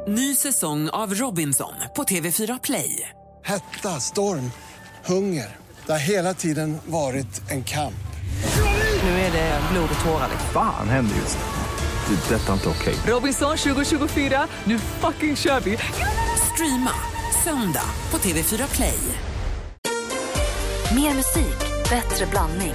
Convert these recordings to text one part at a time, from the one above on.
Ny säsong av Robinson på TV4 Play. Hetta, storm, hunger. Det har hela tiden varit en kamp. Nu är det blod och tårar. Fan händer just det. Det är detta inte okej. Robinson 2024, nu fucking kör vi. Streama söndag på TV4 Play. Mer musik, bättre blandning.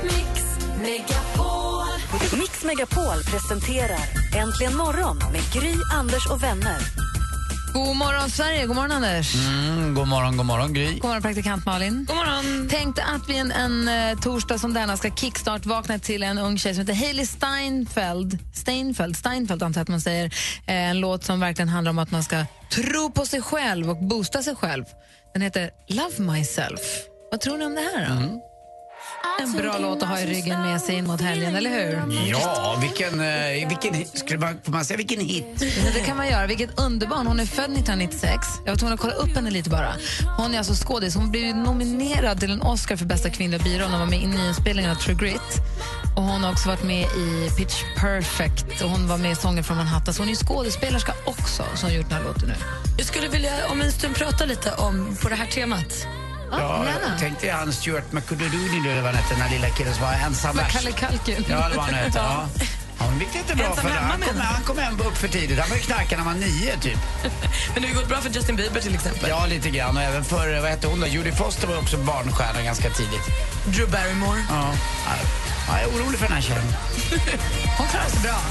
Mix Megapol presenterar Äntligen morgon med Gry, Anders och vänner. God morgon Sverige, god morgon Anders. God morgon Gry. God morgon praktikant Malin. God morgon. Tänkte att vi en torsdag som denna ska kickstart vakna till en ung tjej som heter Hailey Steinfeld antar att man säger. En låt som verkligen handlar om att man ska tro på sig själv och boosta sig själv. Den heter Love Myself. Vad tror ni om det här då? En bra låt att ha i ryggen med sig in mot helgen, eller hur? Ja, vilken skulle man säga vilken hit. Det kan man göra. Vilket underbarn. Hon är född 1996. Jag var tvungen att kolla upp henne lite bara. Hon är alltså skådis. Hon blev nominerad till en Oscar för bästa kvinnliga biroll. Hon var med i nyinspelningen av True Grit. Och hon har också varit med i Pitch Perfect. Och hon var med i Sånger från Manhattan. Så hon är skådespelerska också som har gjort den här låten nu. Jag skulle vilja om en stund prata lite om på det här temat. Ja, tänkte han Stuart McCududuni, det var den här lilla killen som var ensam värst. Kalle Kalken. Ja, det var han hette. Ja. Han gick inte bra för det. Han kom hem upp för tidigt. Han var ju knarkad när han var 9 typ. Men det har gått bra för Justin Bieber till exempel. Ja, lite grann. Och även för, vad hette hon då? Judy Foster var också barnstjärna ganska tidigt. Drew Barrymore. Ja, jag är orolig för den här tjejen. Hon klarar sig bra.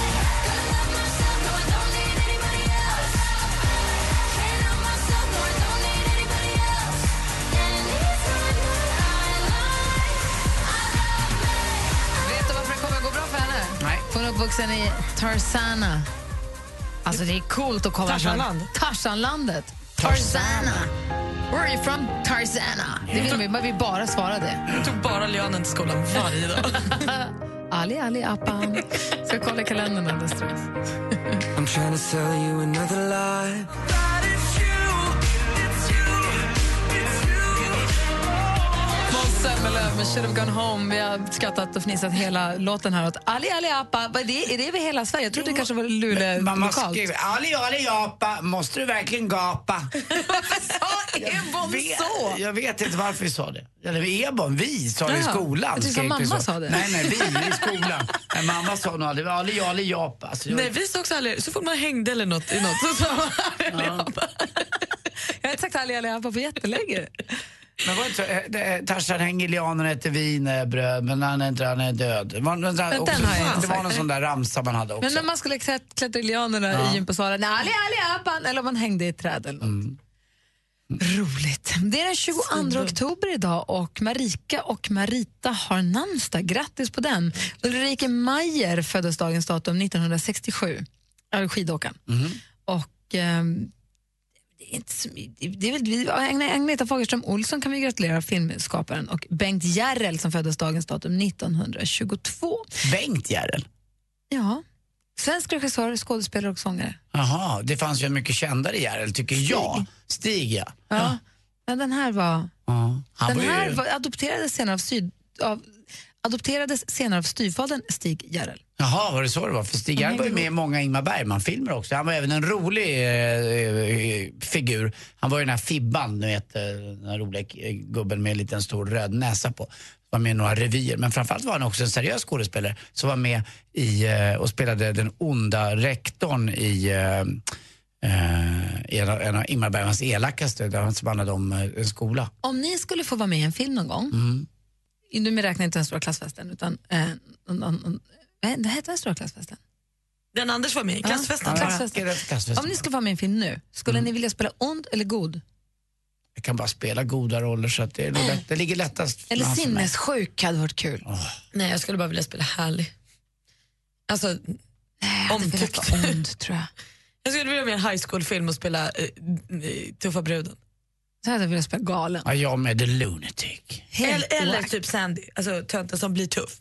Hon är uppvuxen i Tarzana. Alltså det är coolt att komma från Tarzanlandet. Tarzana. Where are you from? Tarzana. Det vill vi bara svara det. Jag tog bara lianen till skolan varje dag. Ali appa. Ska kolla kalendern alldeles strax. I'm trying to sell you another lie. Med Should have gone home. Vi har skrattat och fnissat hela låten här åt Ali Appa. Är det över hela Sverige? Jag trodde det kanske var Luleå lokalt. Ali Appa, måste du verkligen gapa? Jag vet inte varför vi sa det. Eller Ebon, vi sa det i skolan. Jag tyckte mamma sa det. Nej, vi i skolan. Men mamma sa nog aldrig Ali Appa. Alltså, nej, vi sa också aldrig. Så fort man hängde eller något i något så sa man Ali Appa. Jag har inte sagt Ali Appa på jättelänge. Men var inte så, Tarzan hänger lianen äter vin, bröd, men han är död. Det var någon sån där ramsa man hade också. Men när man skulle klättra i lianerna i gympasalen, Ali Appan, eller om man hängde i ett träd eller något. Roligt. Det är den 22 oktober idag och Marika och Marita har namnsdag. Grattis på den. Ulrike Meijer föddes dagens datum 1967. Skidåkaren. Och det är väl Agneta Fagerström Olsson kan vi gratulera, filmskaparen, och Bengt Järrel som föddes dagens datum 1922. Bengt Järrel? Ja. Svensk regissör, skådespelare och sångare. Jaha, det fanns ju en mycket kändare Järrel tycker jag. Stig, ja. Ja, den här var... adopterades senare av styvfadern Stig Järrel. Jaha, var det så det var? För Stig Järrel var ju med i många Ingmar Bergman-filmer också. Han var även en rolig figur. Han var ju den här Fibban, du vet, den här roliga gubben med en liten stor röd näsa på. Var med i några revyer. Men framförallt var han också en seriös skådespelare som var med i och spelade den onda rektorn i en av Ingmar Bergmans elakaste, där han handlade om en skola. Om ni skulle få vara med i en film någon gång, nu räknar inte den stora klassfesten, utan det heter den stora klassfesten. Den Anders var med i klassfesten. Klassfesten. Om ni skulle vara med i en film nu, skulle ni vilja spela ond eller god? Jag kan bara spela goda roller så att det ligger lättast. Eller sinnessjuk hade varit kul. Nej, jag skulle bara vilja spela härlig. Alltså, omtyckt. Ond, tror jag. Jag skulle vilja med en high school-film och spela Tuffa bruden. Så hade jag velat spela galen. Ja, jag med The Lunatic. Eller typ Sandy, alltså tönten som blir tuff.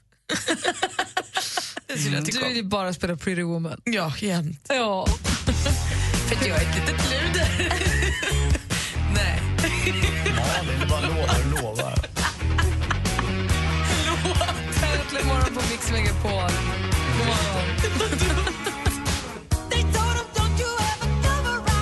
Du vill ju bara spela Pretty Woman. Ja, jämt. Ja. För jag är ett litet luder. Nej. Ja, det är bara lova. Äntligen morgon på Mix Megapol. God morgon.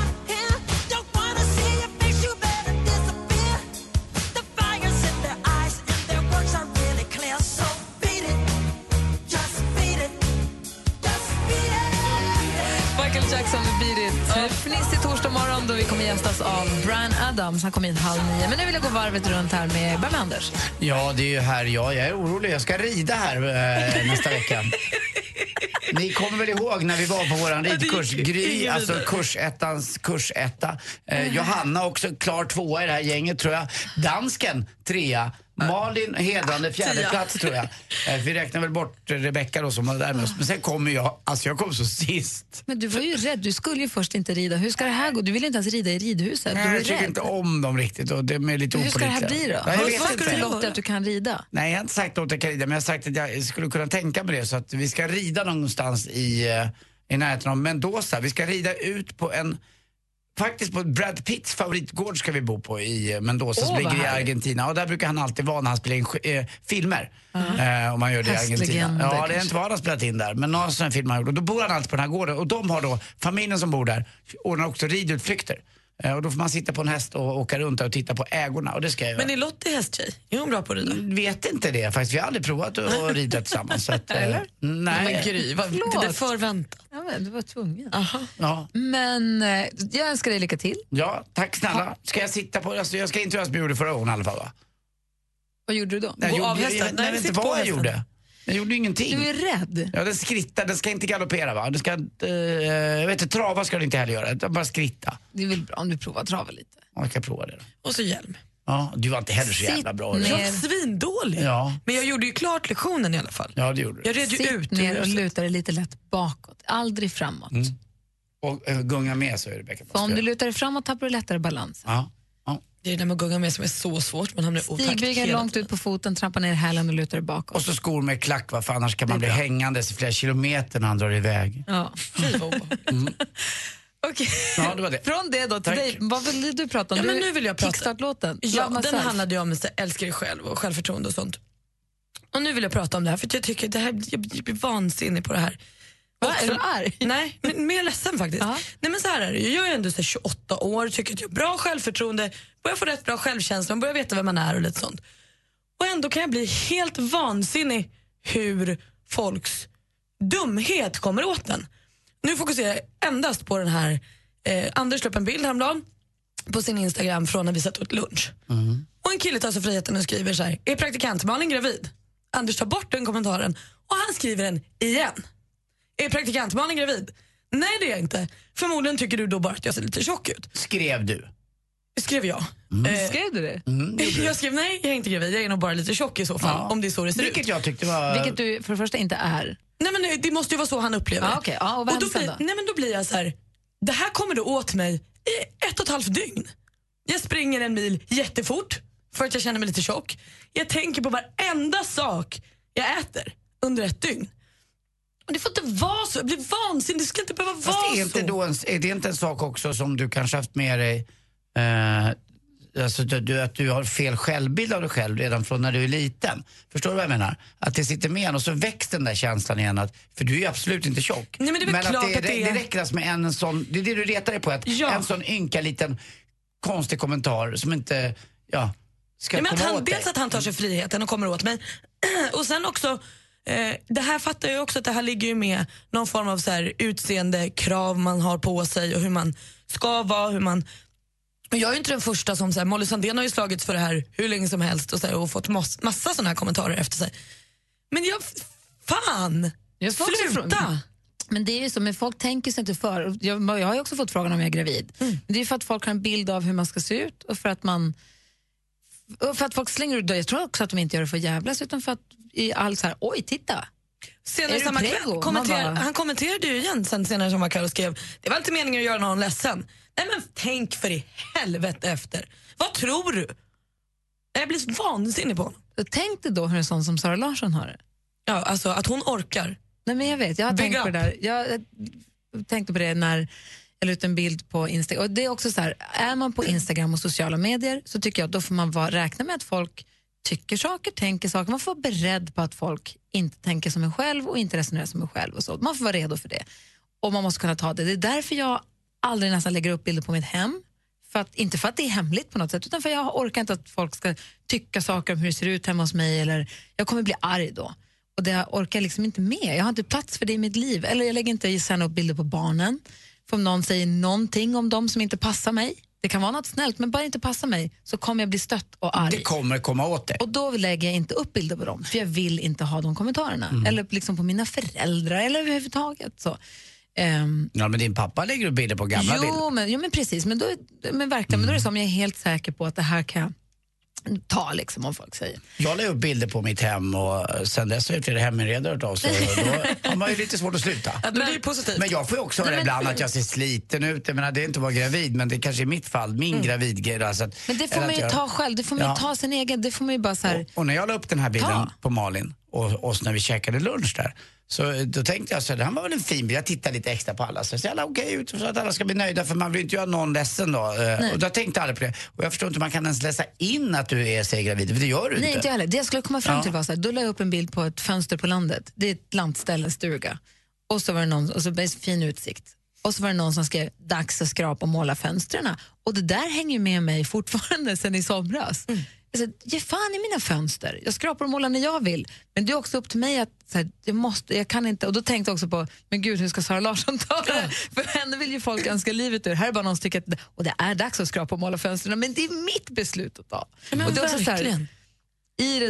Fnissig torsdag morgon då vi kommer gästas av Bryan Adams. Han kom in 8:30. Men nu vill jag gå varvet runt här med Anders. Ja, det är ju här jag är orolig. Jag ska rida här nästa vecka. Ni kommer väl ihåg när vi var på våran ridkurs? Gry, alltså kursettans kursetta. Johanna också, klar 2 i det här gänget tror jag. Dansken 3. Malin hedrande 4:e plats tror jag. Vi räknar väl bort Rebecca då som var där med oss. Men sen kommer jag kom så sist. Men du var ju rädd, du skulle ju först inte rida. Hur ska det här gå? Du vill inte ens rida i ridhuset. Nej, jag tycker inte om dem riktigt och det är lite hur ska det här bli då? Vad ska du låta att du kan rida? Nej, jag har inte sagt att jag kan rida, men jag har sagt att jag skulle kunna tänka mig det, så att vi ska rida någonstans i närheten av Mendoza. Vi ska rida ut på faktiskt på Brad Pitts favoritgård ska vi bo på i Mendoza som ligger i Argentina. Och där brukar han alltid vara när han spelar in filmer. Om man gör det i Argentina. Ja, det är inte vad han har spelat in där. Men någon sån film han gjort. Och då bor han alltid på den här gården. Och de har då, familjen som bor där, ordnar också ridutflykter. Och då får man sitta på en häst och åka runt och titta på ägorna. Och det ska jag göra. Men är Lottie hästtjej? Är hon bra på att rida? Vet inte det faktiskt. Vi har aldrig provat att rida tillsammans. Så att, eller? Nej. Men Gry, det är förväntat. Ja, men du var tvungen. Ja. Men jag önskar dig lycka till. Ja, tack snälla. Ska jag sitta på, alltså, jag ska inte göra som jag gjorde förra gången i alla fall, va? Vad gjorde du då? Jag vet inte vad jag gjorde. Jag gjorde ingenting. Du är rädd? Ja, den skrittar, den ska inte galoppera, va? Den ska, jag vet inte, trava ska den inte heller göra, bara skritta. Det är väl bra om du provar trava lite. Ja, jag kan prova det då. Och så hjälm. Ja, du var inte heller så jävla bra. Jag var svindålig. Ja. Men jag gjorde ju klart lektionen i alla fall. Ja, det gjorde du. Jag red ju ut. Ner och lutar dig lite lätt bakåt, aldrig framåt. Och gunga med, så är det Rebecca. För om du lutar dig framåt tappar du lättare balans. Ja. Det är det där med att gunga med som är så svårt. Man hamnar i otakt. Stigbygeln långt ut på foten, trampar ner hälen och lutar dig bakåt. Och så skor med klack, för annars kan man bli hängandes i flera kilometer när han drar iväg. Ja. Okej. Ja, det var det. Från det då till dig, vad vill du prata om? Ja, men nu vill jag prata. Kickstart-låten. Ja, den handlade ju om älskar dig själv och självförtroende och sånt. Och nu vill jag prata om det här, för jag tycker det här, jag blir vansinnig på det här. Va, är du arg? Nej, men mer ledsen faktiskt. Nej, men så här är det. Jag är ändå så 28 år, tycker att jag har bra självförtroende, börjar få rätt bra självkänsla, börjar veta vem man är och lite sånt. Och ändå kan jag bli helt vansinnig hur folks dumhet kommer åt den. Nu fokuserar jag endast på den här Anders la upp en bild häromdagen på sin Instagram från när vi satt åt lunch. Och en kille tar sig friheten och skriver så här: är praktikant Malin gravid? Anders tar bort den kommentaren och han skriver den igen. Är praktikant Malin gravid? Nej, det är jag inte. Förmodligen tycker du då bara att jag ser lite tjock ut. Skrev du? Skrev jag. Skrev du det? Jag skrev nej, jag är inte gravid. Jag är nog bara lite tjock i så fall, om det är så det ser Vilket ut. Jag tyckte var... Vilket du för det första inte är. Nej, men det måste ju vara så han upplever. Okay. Och vad då blir jag så här: det här kommer då åt mig i 1,5 dygn. Jag springer 1 mil jättefort för att jag känner mig lite tjock. Jag tänker på varenda sak jag äter under 1 dygn. Och det får inte vara så. Jag blir vansinnig. Det ska inte behöva vara så. Är det inte en sak också som du kanske haft med dig, alltså att du har fel självbild av dig själv redan från när du är liten? Förstår du vad jag menar? Att det sitter med och så växer den där känslan igen, att, för du är ju absolut inte tjock. Nej, men det är väl klart att det räcker med en sån, det är det du retar dig på, att en sån ynka liten konstig kommentar som inte ska komma åt dig. Dels att han tar sig friheten och kommer åt mig. Och sen också, det här fattar jag också, att det här ligger ju med någon form av så här utseende krav man har på sig och hur man ska vara, hur man... Jag är ju inte den första som så här, Molly Sandén har ju slagits för det här hur länge som helst och, så här, och fått massa såna här kommentarer efter sig. Men sluta! Men det är ju så, men folk tänker sig inte för. Jag har ju också fått frågan om jag är gravid. Det är ju för att folk har en bild av hur man ska se ut och för att folk slänger ut. Jag tror också att de inte gör det för jävlas, utan för att i allt så här, oj, titta. Senare samma kväll han kommenterade ju igen senare samma kväll och skrev: det var inte meningen att göra någon ledsen. Nej, men tänk för i helvete efter. Vad tror du? Jag blir vansinnig på honom. Tänk dig då hur en sån som Sara Larsson har det. Ja, alltså att hon orkar. Nej, men jag vet, jag har tänkt på det där. Jag tänkte på det när jag la ut en bild på Instagram. Och det är också så här, är man på Instagram och sociala medier så tycker jag att då får man räkna med att folk tycker saker, tänker saker. Man får vara beredd på att folk inte tänker som en själv och inte resonerar som en själv. Och så. Man får vara redo för det. Och man måste kunna ta det. Det är därför jag aldrig nästan lägger upp bilder på mitt hem. Inte för att det är hemligt på något sätt, utan för jag orkar inte att folk ska tycka saker om hur det ser ut hemma hos mig. Eller jag kommer bli arg då. Och det orkar jag liksom inte med. Jag har inte plats för det i mitt liv. Eller jag lägger inte sen upp bilder på barnen. För om någon säger någonting om dem som inte passar mig, det kan vara något snällt men bara inte passar mig, så kommer jag bli stött och arg. Det kommer komma åt det. Och då lägger jag inte upp bilder på dem, för jag vill inte ha de kommentarerna. Eller liksom på mina föräldrar eller överhuvudtaget så. Ja, men din pappa lägger upp bilder på gamla bilder. Jo, men precis. Men verkligen, men då är det som jag är helt säker på att det här kan ta liksom, om folk säger. Jag lägger upp bilder på mitt hem och sen dess har jag flera heminredare av så då har man ju lite svårt att sluta. Ja, det är positivt. Men jag får ju också höra ibland att jag ser sliten ut. Jag menar, det är inte att vara gravid, men det är kanske i mitt fall min gravidgrej. Alltså men det får man ju ta själv. Det får man ju ta sin egen. Det får man ju bara så här. Och när jag la upp den här bilden på Malin och oss när vi käkade lunch där, så då tänkte jag så här, han var väl en fin bild. Jag tittade lite extra på alla, så jag ser alla okej ut så att alla ska bli nöjda, för man vill inte göra någon ledsen då. Och då tänkte jag aldrig på det. Och jag förstår inte, man kan ens läsa in att du är gravid, för det gör du inte. Nej, inte heller. Det jag skulle komma fram till var så här, då la jag upp en bild på ett fönster på landet. Det är ett lantställe, stuga. Och så var det någon, och så blev det fin utsikt. Och så var det någon som skrev, dags att skrapa och måla fönstren. Och det där hänger med mig fortfarande sedan i somras. Alltså, ge fan i mina fönster. Jag skrapar och målar när jag vill. Men det är också upp till mig att så här, jag kan inte. Och då tänkte jag också på, men gud, hur ska Sara Larsson ta det? För henne vill ju folk önska livet ur. Här är bara någon som tycker att och det är dags att skrapa och måla fönstren. Men det är mitt beslut att ta. Men och det är också så här, i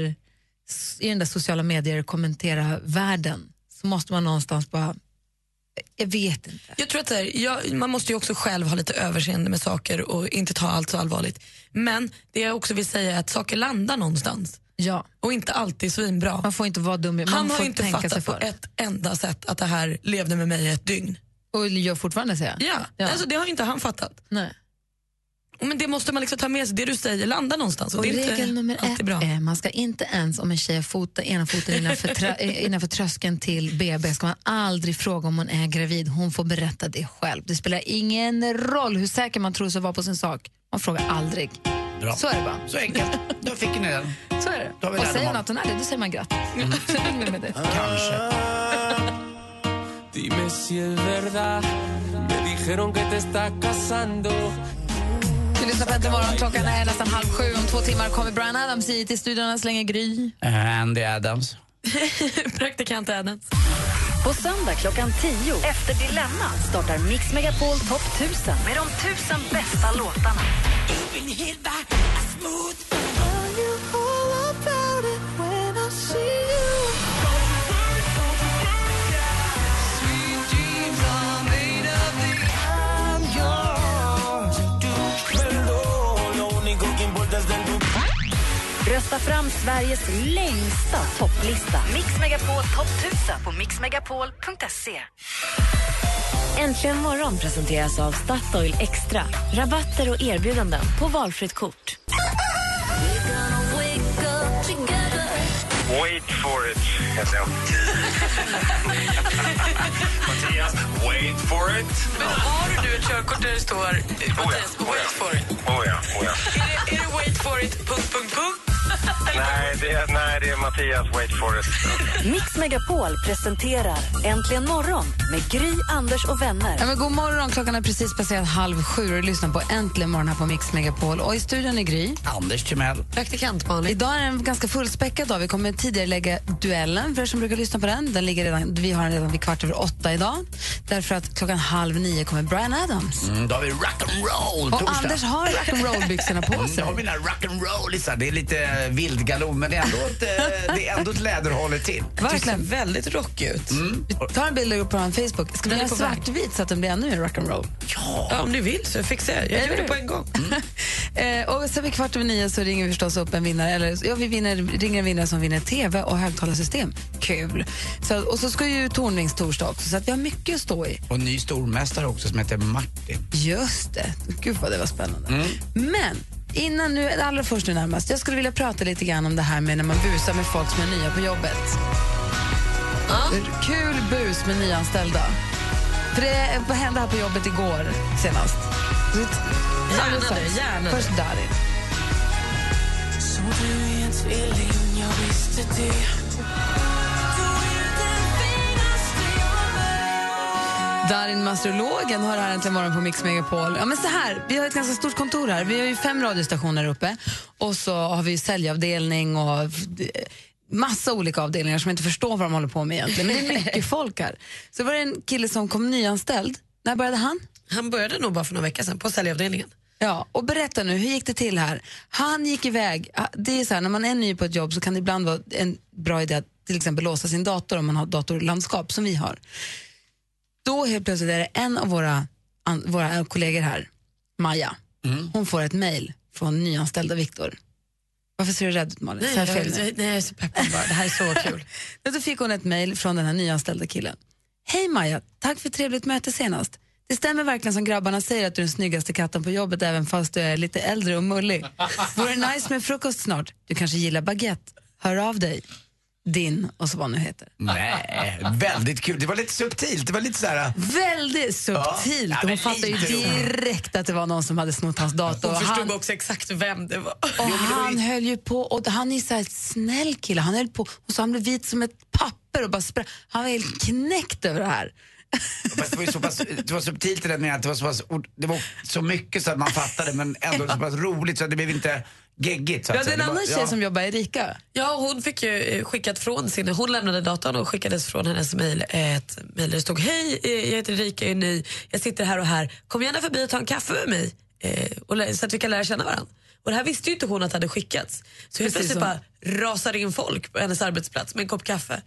den där sociala medier kommentera världen, så måste man någonstans bara, jag vet inte. Jag tror att man måste ju också själv ha lite överseende med saker och inte ta allt så allvarligt. Men det jag också vill säga är att saker landar någonstans. Ja. Och inte alltid svinbra. Man får inte vara dum. Han har inte fattat på ett enda sätt att det här levde med mig i ett dygn. Och gör fortfarande, säger jag. Ja. Alltså det har inte han fattat. Nej. Men det måste man liksom ta med sig, det du säger landar någonstans. Och det är regel nummer 1 bra. är, man ska inte ens, om en tjej fotar ena foten innanför tröskeln till BB, ska man aldrig fråga om hon är gravid. Hon får berätta det själv. Det spelar ingen roll hur säker man tror sig vara på sin sak. Man frågar aldrig. Bra. Så är det bara. Så enkelt. Då fick ni den. Så är det. Och säger man att hon är det, då säger man grattis. Så är det med det. Kanske. Dime si es verdad. Me dijeron que te está casando. Du lyssnar på Äntligen morgon, klockan är nästan 6:30. Om 2 timmar kommer Brian Adams hit i studion och slänger Gry. Andy Adams. Praktikant Adams. På söndag klockan 10 efter Dilemma startar Mix Megapol Top 1000 med de 1000 bästa låtarna. Rösta fram Sveriges längsta topplista. Mix Megapol Top 1000 på mixmegapol.se. Äntligen morgon presenteras av Statoil Extra. Rabatter och erbjudanden på valfritt kort. Wait for it, heter jag. Mattias, wait for it. Men har du ett körkort där det står Mattias, wait for it? Oh ja. Är det wait for it, ... Nej, det är Mattias, wait for it. Mix Megapol presenterar Äntligen morgon med Gry, Anders och vänner. Ja, men god morgon, klockan är precis passerat 6:30 och lyssnar på Äntligen morgon här på Mix Megapol. Och i studion är Gry. Anders Timell. Praktikant Malin. Idag är en ganska fullspäckad dag. Vi kommer tidigare lägga duellen för er som brukar lyssna på den. Vi har den redan vid 7:15 idag. Därför att klockan 8:30 kommer Brian Adams. Då har vi rock'n'roll torsdag. Och Anders har rock'n'roll-byxorna på sig. Jag har mina rock'n'roll-isar. Det är lite vildgalon, men det är ändå ett läderhållet till. Verkligen. Det ser väldigt rockig ut. Vi tar en bild på Facebook. Ska vi göra svartvit så att den blir ännu mer rock'n'roll? Ja, om ni vill så fixar jag. Jag gör det på en gång. Och sen vid 8:15 så ringer vi förstås upp en vinnare. Eller vi ringer en vinnare som vinner TV och högtalarsystem. Kul. Och så ska ju Tornvings torsdag också, så att vi har mycket att stå i. Och en ny stormästare också som heter Martin. Just det. Gud vad det var spännande. Men innan nu, allra först nu närmast, jag skulle vilja prata lite grann om det här med när man busar med folk som är nya på jobbet. Kul bus med nyanställda. För vad hände här på jobbet igår senast? Gärna. Först Darin. Så du är en tvilling, jag visste det. Darin, masterologen, har här äntligen morgon på Mix Megapol. Ja, men så här, vi har ett ganska stort kontor här. Vi har ju 5 radiostationer uppe. Och så har vi säljavdelning och massa olika avdelningar som jag inte förstår vad de håller på med egentligen. Men det är mycket folk här. Så var det en kille som kom nyanställd När började han? Han började nog bara för några veckor sedan på säljavdelningen. Ja, och berätta nu, hur gick det till här? Han gick iväg, det är så här, när man är ny på ett jobb så kan det ibland vara en bra idé att till exempel låsa sin dator om man har datorlandskap som vi har. Då helt plötsligt är det en av våra kollegor här, Maja, hon får ett mejl från nyanställda Viktor. Varför ser du rädd ut, Malin? Nej, jag är så peppad bara. Det här är så kul. Då fick hon ett mejl från den här nyanställda killen. Hej Maja, tack för trevligt möte senast. Det stämmer verkligen som grabbarna säger att du är den snyggaste katten på jobbet även fast du är lite äldre och mullig. Vore det nice med frukost snart? Du kanske gillar baguette. Hör av dig. Din och så vad nu heter. Nej, väldigt kul. Det var lite subtilt. Det var lite så här... Väldigt subtilt. Ja, Hon fattade ju direkt att det var någon som hade snott hans dator. Hon förstod också exakt vem det var. Och han höll ju på, och han är så här ett snäll kille. Han höll på, och så han blev vit som ett papper och bara han var helt knäckt över det här. Det var subtilt i den meningen att det var så mycket så att man fattade, men ändå så pass roligt så att det blev inte geggigt. Ja, det är en annan tjej som jobbar i Erika. Ja, hon fick ju skickat från sin, hon lämnade datorn och skickades från hennes mejl ett mejl där det stod: hej, jag heter Erika, jag är ny, jag sitter här och här, kom gärna förbi och ta en kaffe med mig så att vi kan lära känna varandra. Och det här visste ju inte hon att hade skickats. Så helt plötsligt bara rasade in folk på hennes arbetsplats med en kopp kaffe.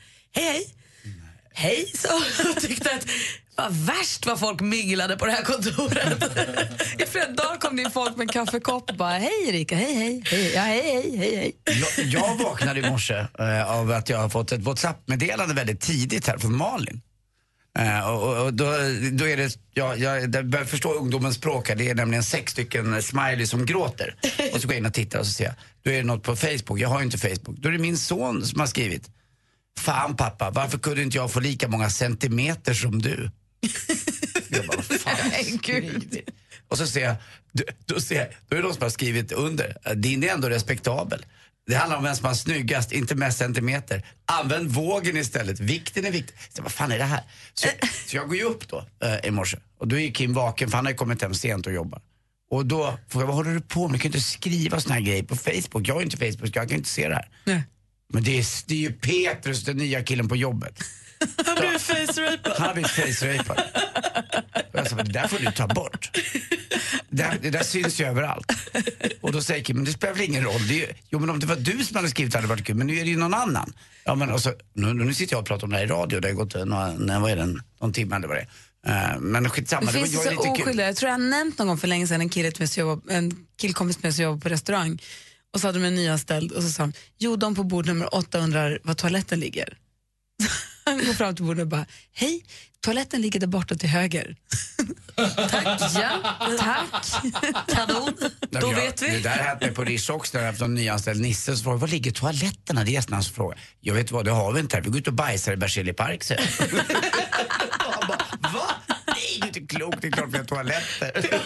Hej, så jag tyckte att vad värst vad folk minglade på det här kontoret. I flera dagar kom det in folk med en kaffekopp och bara: hej Erika, hej. Ja, hej. Jag vaknade i morse av att jag har fått ett WhatsApp-meddelande väldigt tidigt här från Malin. Och då är det, jag börjar förstå ungdomens språk här. Det är nämligen 6 stycken smiley som gråter. Och så går jag in och tittar och så ser jag, då är det något på Facebook. Jag har ju inte Facebook. Då är det min son som har skrivit: fan pappa, varför kunde inte jag få lika många centimeter som du? Jag bara, fan, gud. Och så ser jag, då är det någon som har skrivit under: din är ändå respektabel. Det handlar om vem som har snyggast, inte mest centimeter. Använd vågen istället, vikten är viktig. Så vad fan är det här? Så jag går ju upp då i morse. Och då är Kim vaken, för han har ju kommit hem sent och jobbar. Och då frågar jag: vad håller du på med? Du kan inte skriva såna här grejer på Facebook. Jag har ju inte Facebook, jag kan inte se det här. Nej. Men det är ju Petrus, den nya killen på jobbet. Han blev face-rapad. Han har blivit face-rapad. Och jag sa: det där får du ta bort. Det där syns ju överallt. Och då säger Kim: men det spelar väl ingen roll. Jo, men om det var du som hade skrivit hade det varit kul. Men nu är det ju någon annan. Ja, men och så, nu sitter jag och pratar om det här i radio. Det har gått någon timme eller vad det är. Men skitsamma. Det finns var så lite oskyldiga. kul. Jag tror jag nämnt någon gång för länge sedan en killkompis med sig jobbar på restaurang. Och så hade de en nyanställd och så sa han: jo, de på bord nummer 8 undrar var toaletten ligger. Han går fram till bordet och bara: hej, toaletten ligger där borta till höger. Tack, ja, tack. Kanon, då vet vi. Det där hände på Rish också, när jag haft en nyanställd Nisse så frågade: var ligger toaletterna? Det är gästernas fråga. Jag vet vad, det har vi inte här. Vi går ut och bajsar i Berzelii park, så. Han bara: va? Nej, det är inte klokt, det är klart vi har toaletter.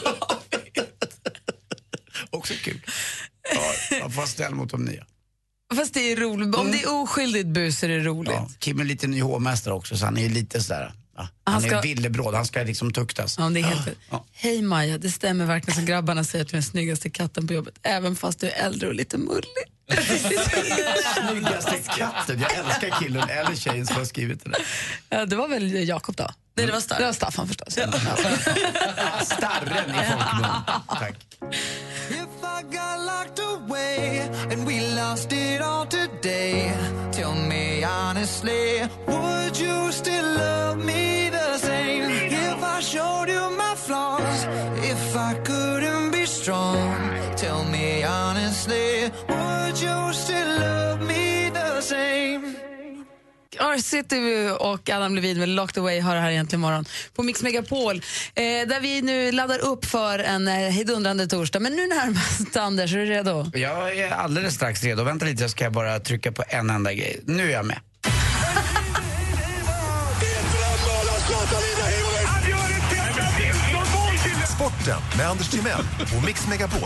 Också kul. Ja, man får ställa mot de nya. Fast det är roligt. Om det är oskyldigt bus är det roligt. Ja, Kim är lite ny hovmästare också, så han är ju lite sådär. Ja, han är villebråd, han ska liksom tuktas. Ja, det är helt Hej Maja, det stämmer verkligen som grabbarna säger att du är den snyggaste katten på jobbet, även fast du är äldre och lite mullig. Snyggaste katten, jag älskar killen eller tjejen som har skrivit det där. Ja, det var väl Jakob då? Nej, det var Staffan. Det var Staffan förstås. Ja. Starren i folkmun. Tack. If I got locked away and we lost it all today, tell me honestly, would you still love me the same? If I showed you my flaws, if I couldn't be strong, tell me honestly, would you still love me the same? R-City och Adam Levine med Locked Away har det här egentligen imorgon på Mix Megapol, där vi nu laddar upp för en hedundrande torsdag. Men nu närmast, Anders, är du redo? Jag är alldeles strax redo. Vänta lite, jag ska bara trycka på en enda grej. Nu är jag med. Sporten med Anders Timell och Mix Megapol.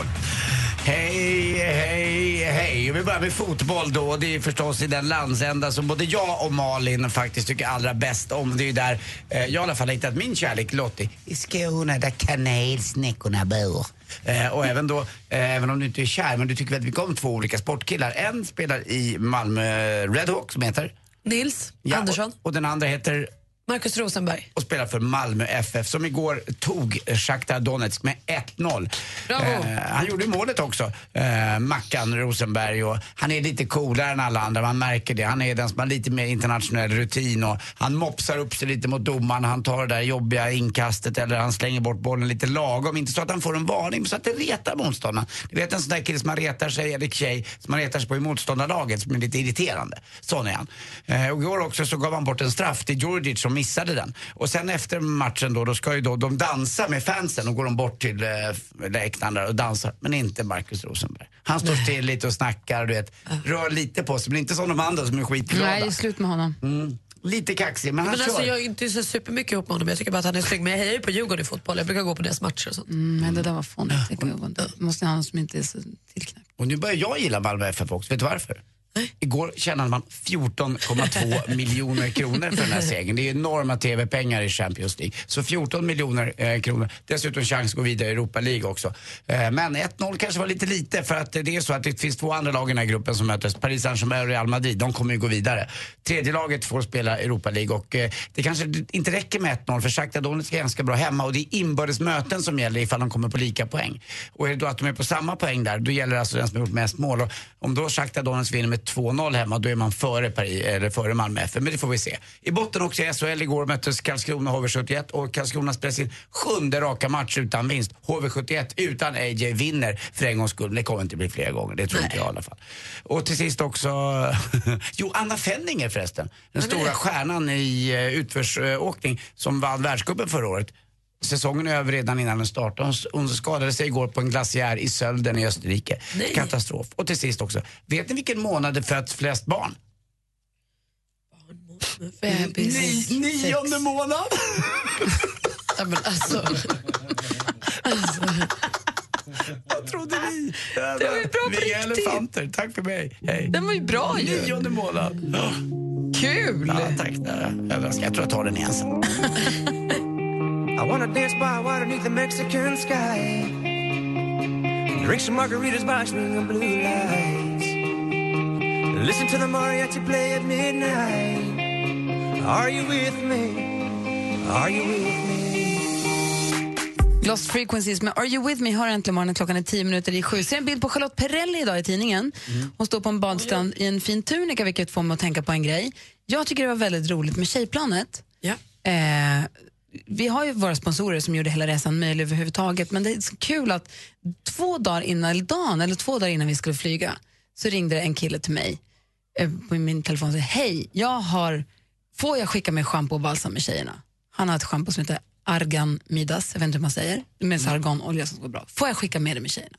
Hej. Vi börjar med fotboll då. Det är förstås i den landsända som både jag och Malin faktiskt tycker allra bäst om. Det är ju där jag i alla fall har hittat min kärlek, Lottie. I Skåne där kanelsnäckorna bor. Och även då, även om du inte är kär, men du tycker väldigt mycket om 2 olika sportkillar. En spelar i Malmö Redhawks som heter Nils Andersson. Och den andra heter Marcus Rosenberg. Och spelar för Malmö FF som igår tog Shakhtar Donetsk med 1-0. Han gjorde målet också, Mackan Rosenberg. Och han är lite coolare än alla andra, man märker det. Han är den som har lite mer internationell rutin och han mopsar upp sig lite mot domaren. Han tar det där jobbiga inkastet eller han slänger bort bollen lite lagom. Inte så att han får en varning, så att det retar motståndarna. Du vet en sån där kille som man retar sig, eller tjej som man retar sig på i motståndarlaget som är lite irriterande. Sån är han. Och igår också så gav han bort en straff till Djurdjic som missade den. Och sen efter matchen då ska ju då de dansa med fansen och går de bort till läktaren och dansar. Men inte Marcus Rosenberg. Han står still lite och snackar, du vet, rör lite på sig, men inte som de andra som är skitglada. Nej, slut med honom. Lite kaxig, men han kör. Alltså, jag är inte så supermycket ihop med honom. Jag tycker bara att han är snygg. Men jag hejar ju på Djurgården i fotboll. Jag brukar gå på deras matcher och sånt. Men det där var fånigt. Måste ha någon som inte är så tillknäppt. Och nu börjar jag gilla Malmö FF också. Vet du varför? Igår tjänade man 14,2 miljoner kronor för den här segern. Det är enorma tv-pengar i Champions League. Så 14 miljoner kronor. Dessutom chans att gå vidare i Europa League också. Men 1-0 kanske var lite för att det är så att det finns 2 andra lag i den här gruppen som mötes. Paris Saint-Germain och Real Madrid. De kommer ju gå vidare. Tredje laget får spela Europa League och det kanske inte räcker med 1-0 för Shakhtar Donetsk är ganska bra hemma och det är inbördes möten som gäller ifall de kommer på lika poäng. Och är det då att de är på samma poäng där, då gäller det alltså den som har gjort mest mål. Och om då Shakhtar Donetsk vinner med 2-0 hemma, då är man före Malmö FF. Men det får vi se. I botten också i SHL igår möttes Karlskrona HV71 och Karlskrona spelar sin 7:e raka match utan vinst. HV71 utan AJ vinner för en gångs skull. Det kommer inte bli flera gånger, det tror inte jag i alla fall. Och till sist också Anna Fenninger förresten. Den stora stjärnan i utförsåkning som vann världscupen förra året. Säsongen är över redan innan den startade. Hon skadade sig igår på en glaciär i Sölden i Österrike. Nej. Katastrof. Och till sist också, vet ni vilken månad det föds flest barn? Nionde månad. Ja, men alltså. Vad trodde ni? Det var ju bra på riktigt. Elefanter, tack för mig. Hej. Den var ju bra ju. 9:e månad. Kul. Ja, tack. Jag tror jag tar den igen sen. I wanna dance by water beneath the Mexican sky. Drink some margaritas by swinging blue lights. Listen to the mariachi play at midnight. Are you with me? Are you with me? Lost Frequencies med Are You With Me har äntligen morgonen, klockan är 7:10. Ser en bild på Charlotte Perrelli idag i tidningen. Hon står på en badstrand i en fin tunika, vilket får mig att tänka på en grej. Jag tycker det var väldigt roligt med Tjejplanet. Ja. Vi har ju våra sponsorer som gjorde hela resan möjlig överhuvudtaget, men det är så kul att 2 dagar innan vi skulle flyga så ringde det en kille till mig på min telefon och sa: hej, får jag skicka med shampoo och balsam med tjejerna? Han har ett shampoo som heter Argan Midas, jag vet inte hur man säger, med arganolja som går bra. Får jag skicka med det med tjejerna?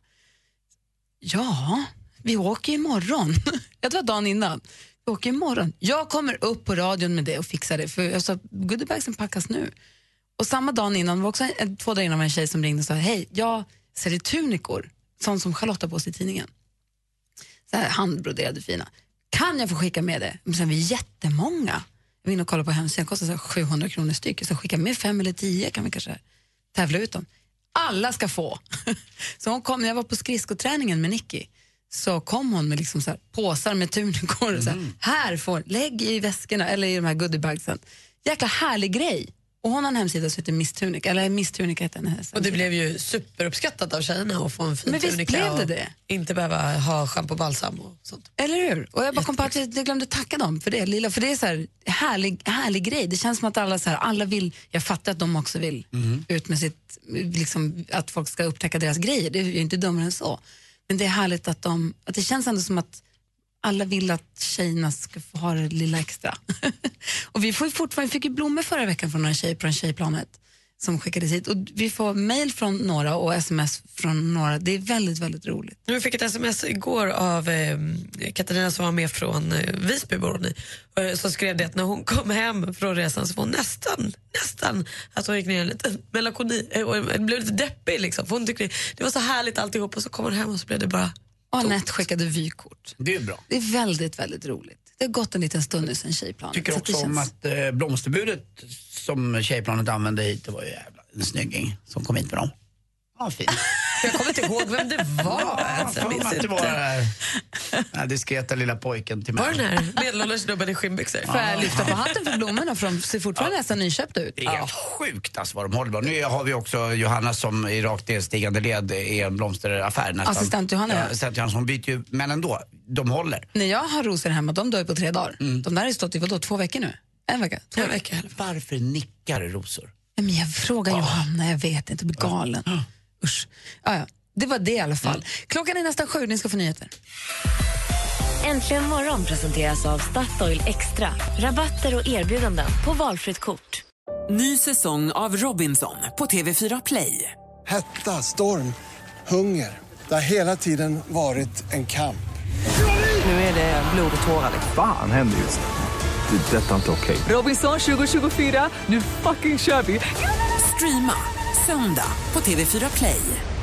Ja, vi åker imorgon. Jag tror dagen innan. Vi åker imorgon. Jag kommer upp på radion med det och fixar det, för jag sa goodiebagsen packas nu. Och samma dag innan var också 2 dagar innan en tjej som ringde och sa: hej, jag säljer tunikor, sånt som Charlotta på sig i tidningen. Så här handbroderade fina. Kan jag få skicka med det? Men sen vi är jättemånga. Jag vill nog kolla på hemsidan, det kostar 700 kronor styck. Så skicka med 5 eller 10 kan vi kanske tävla ut dem. Alla ska få. Så hon kom, när jag var på skridskoträningen med Nicky, så kom hon med liksom så här påsar med tunikor och så här, lägg i väskorna eller i de här goodiebagsen. Jäkla härlig grej. Och hon har en hemsida som heter Miss Tunica, eller Miss Tunica heter den här. Och det blev ju superuppskattat av tjejerna att få en fin tunika. Men visst blev det? Inte behöva ha shampoo och balsam och sånt. Eller hur? Och jag bara kom på att jag glömde tacka dem för det, lilla. För det är så här härlig grej. Det känns som att alla vill, jag fattar att de också vill ut med sitt, liksom, att folk ska upptäcka deras grejer. Det är ju inte dummare än så. Men det är härligt att det känns ändå som att alla vill att tjejerna ska få ha det lilla extra. Och vi fick ju blommor förra veckan från några tjejer på en Tjejplanet som skickades hit. Och vi får mejl från några och sms från några. Det är väldigt, väldigt roligt. Vi fick ett sms igår av Katarina som var med från Visby, som skrev det att när hon kom hem från resan så var hon nästan att hon gick ner en liten melankoli och blev lite deppig liksom. För hon tyckte det var så härligt alltihop och så kom hon hem och så blev det bara... Och Annette skickade vykort. Det är bra. Det är väldigt, väldigt roligt. Det har gått en liten stund nu sen Tjejplanet. Tycker också om att blomsterbudet som Tjejplanet använde hit, det var ju jävla en snygging som kom hit med dem. Ja, fint. Jag kommer inte ihåg vem det var. Det var Den diskreta lilla pojken till mig. Var den här medelålders snubben i skinnbyxor? Får jag lyfta på hatten för blommorna, för de ser fortfarande nästan nyköpta ut. Det är helt sjukt alltså vad de håller på. Nu har vi också Johanna som i rakt nedstigande led är en blomsteraffär nästan. Assistent Johanna. Assistent Johanna som byter ju, men ändå, de håller. När jag har rosor hemma, de dör på 3 dagar. De där har stått i 2 veckor nu. En vecka? 2 veckor. Varför nickar rosor? Men jag frågar Johanna, jag vet inte, jag blir galen. Usch. Ja. Det var det i alla fall. Klockan är nästan 7, ni ska få nyheter. Äntligen morgon presenteras av Statoil Extra. Rabatter och erbjudanden på valfritt kort. Ny säsong av Robinson på TV4 Play. Hetta, storm, hunger. Det har hela tiden varit en kamp. Nu är det blod och tårar. Fan händer just det. Det är detta inte okej. Robinson 2024, nu fucking kör vi. Streama söndag på TV4 Play.